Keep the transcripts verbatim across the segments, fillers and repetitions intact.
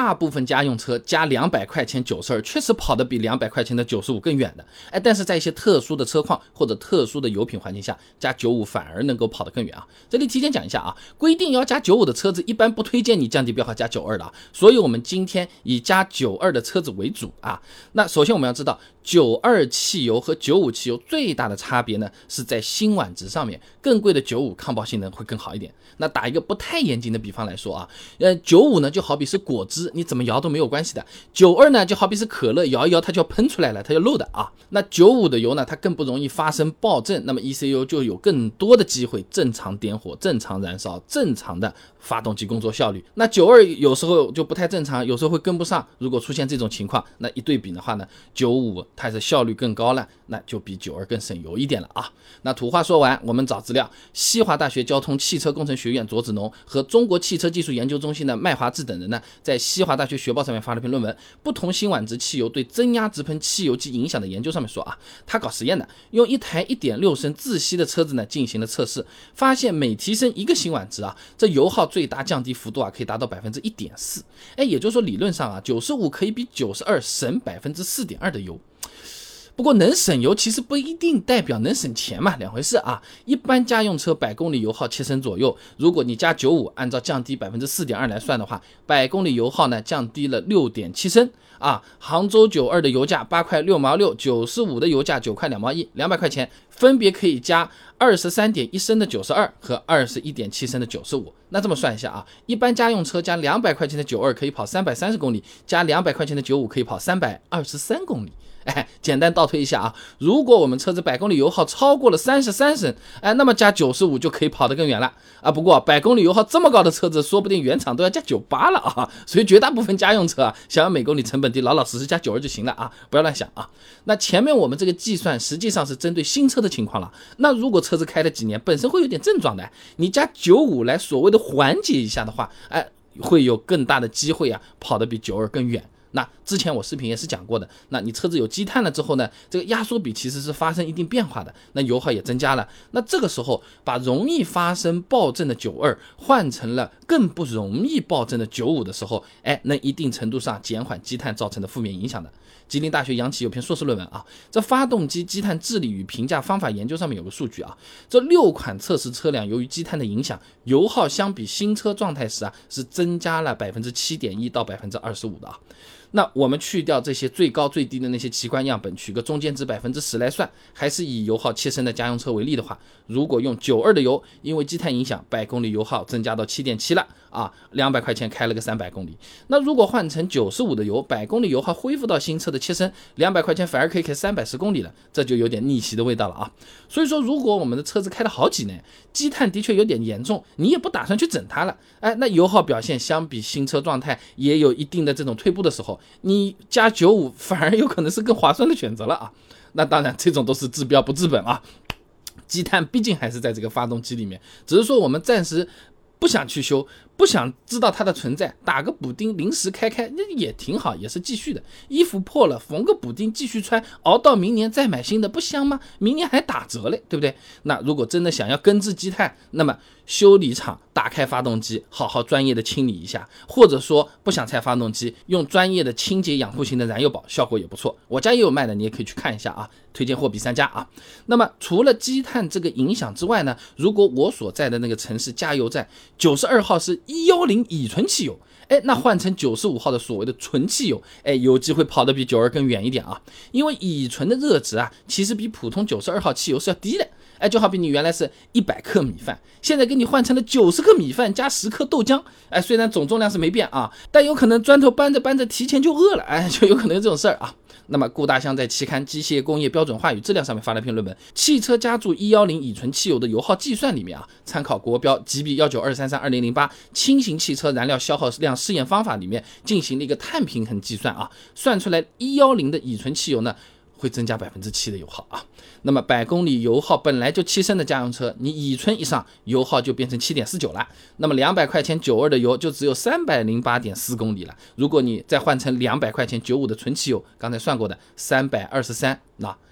大部分家用车加两百块钱九十二确实跑得比两百块钱的九十五更远的，哎，但是在一些特殊的车况或者特殊的油品环境下，加九十五反而能够跑得更远啊。这里提前讲一下啊，规定要加九十五的车子一般不推荐你降低标号加九十二的啊，所以我们今天以加九十二的车子为主啊。那首先我们要知道九十二汽油和九十五汽油最大的差别呢是在辛烷值上面，更贵的九十五抗爆性能会更好一点。那打一个不太严谨的比方来说啊，呃九十五呢就好比是果汁，你怎么摇都没有关系的；九十二呢就好比是可乐，摇一摇它就要喷出来了，它要漏的啊。那九十五的油呢，它更不容易发生爆震，那么 E C U 就有更多的机会正常点火、正常燃烧、正常的发动机工作效率。那九十二有时候就不太正常，有时候会跟不上。如果出现这种情况，那一对比的话呢，九十五它是效率更高了，那就比九十二更省油一点了啊。那土话说完，我们找资料，西华大学交通汽车工程学院左子农和中国汽车技术研究中心的麦华志等人呢，在西华大学学报上面发了篇论文，不同辛烷值汽油对增压直喷汽油机影响的研究上面说啊，他搞实验的，用一台 一点六升自吸的车子呢进行了测试，发现每提升一个辛烷值啊，这油耗最大降低幅度啊可以达到 百分之一点四， 哎，也就是说理论上啊九十五可以比九十二省 百分之四点二 的油。不过能省油其实不一定代表能省钱嘛，两回事啊。一般家用车百公里油耗七升左右，如果你加九十五，按照降低 百分之四点二 来算的话，百公里油耗呢降低了 六点七升啊。杭州九十二的油价八块六毛六，九十五的油价九块两毛一，两百块钱分别可以加 二十三点一升的九十二和 二十一点七升的九十五。那这么算一下啊，一般家用车加两百块钱的九十二可以跑三百三十公里，加两百块钱的九十五可以跑三百二十三公里。哎，简单倒推一下啊，如果我们车子百公里油耗超过了三十三升，哎，那么加九十五就可以跑得更远了啊。不过百公里油耗这么高的车子，说不定原厂都要加九十八了啊。所以绝大部分家用车啊，想要每公里成本低，老老实实加九十二就行了啊，不要乱想啊。那前面我们这个计算实际上是针对新车的情况了。那如果车子开了几年，本身会有点症状的，你加九十五来所谓的缓解一下的话，哎，会有更大的机会啊，跑得比九十二更远。那之前我视频也是讲过的，那你车子有积碳了之后呢，这个压缩比其实是发生一定变化的，那油耗也增加了。那这个时候把容易发生爆震的九十二换成了更不容易爆震的九十五的时候，哎，能一定程度上减缓积碳造成的负面影响的。吉林大学杨奇有篇硕士论文啊，这发动机积碳治理与评价方法研究上面有个数据啊，这六款测试车辆由于积碳的影响，油耗相比新车状态时啊是增加了 百分之七点一 到 百分之二十五 的啊。那我们去掉这些最高最低的那些奇观样本，取个中间值 百分之十 来算，还是以油耗七升的家用车为例的话，如果用九十二的油，因为积碳影响，百公里油耗增加到 七点七 了啊，两百块钱开了个三百公里。那如果换成九十五的油，百公里油耗恢复到新车的七升，两百块钱反而可以开三百十公里了，这就有点逆袭的味道了啊。所以说，如果我们的车子开了好几年，积碳的确有点严重，你也不打算去整它了，哎，那油耗表现相比新车状态也有一定的这种退步的时候，你加九十五反而有可能是更划算的选择了啊。那当然这种都是治标不治本啊，积碳毕竟还是在这个发动机里面，只是说我们暂时不想去修，不想知道它的存在，打个补丁临时开开那也挺好，也是继续的。衣服破了缝个补丁继续穿，熬到明年再买新的不香吗？明年还打折嘞，对不对？那如果真的想要根治积碳，那么修理厂打开发动机好好专业的清理一下，或者说不想拆发动机，用专业的清洁养护型的燃油宝效果也不错，我家也有卖的，你也可以去看一下啊，推荐货比三家啊。那么除了积碳这个影响之外呢，如果我所在的那个城市加油站九十二号是一一零乙醇汽油，哎，那换成九十五号的所谓的纯汽油，哎，有机会跑得比九十二更远一点啊。因为乙醇的热值啊，其实比普通九十二号汽油是要低的。哎，就好比你原来是一百克米饭，现在给你换成了九十克米饭加十克豆浆，哎，虽然总重量是没变啊，但有可能砖头搬着搬着提前就饿了，哎，就有可能有这种事儿啊。那么顾大湘在期刊《机械工业标准化与质量》上面发了篇论文，汽车加注一一零乙醇汽油的油耗计算里面啊，参考国标 G B 一九二三三二零零八轻型汽车燃料消耗量试验方法里面进行了一个碳平衡计算啊，算出来一一零的乙醇汽油呢会增加 百分之七 的油耗啊。那么百公里油耗本来就七升的家用车，你乙醇一上，油耗就变成 七点四九 了。那么两百块钱九十二的油就只有 三百零八点四 公里了。如果你再换成两百块钱九十五的纯汽油，刚才算过的三百二十三，那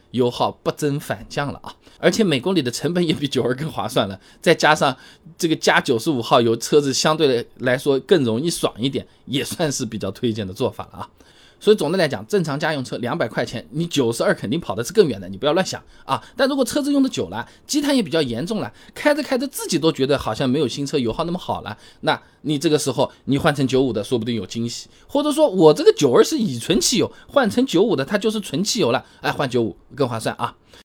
油耗不增反降了啊。而且每公里的成本也比九二更划算了，再加上这个加九十五号油，车子相对来说更容易爽一点，也算是比较推荐的做法了啊。所以总的来讲，正常家用车两百块钱，你九十二肯定跑的是更远的，你不要乱想啊。但如果车子用的久了，积碳也比较严重了，开着开着自己都觉得好像没有新车油耗那么好了，那你这个时候你换成九五的说不定有惊喜，或者说我这个九二是乙醇汽油，换成九五的它就是纯汽油了，哎，换九五更划算啊。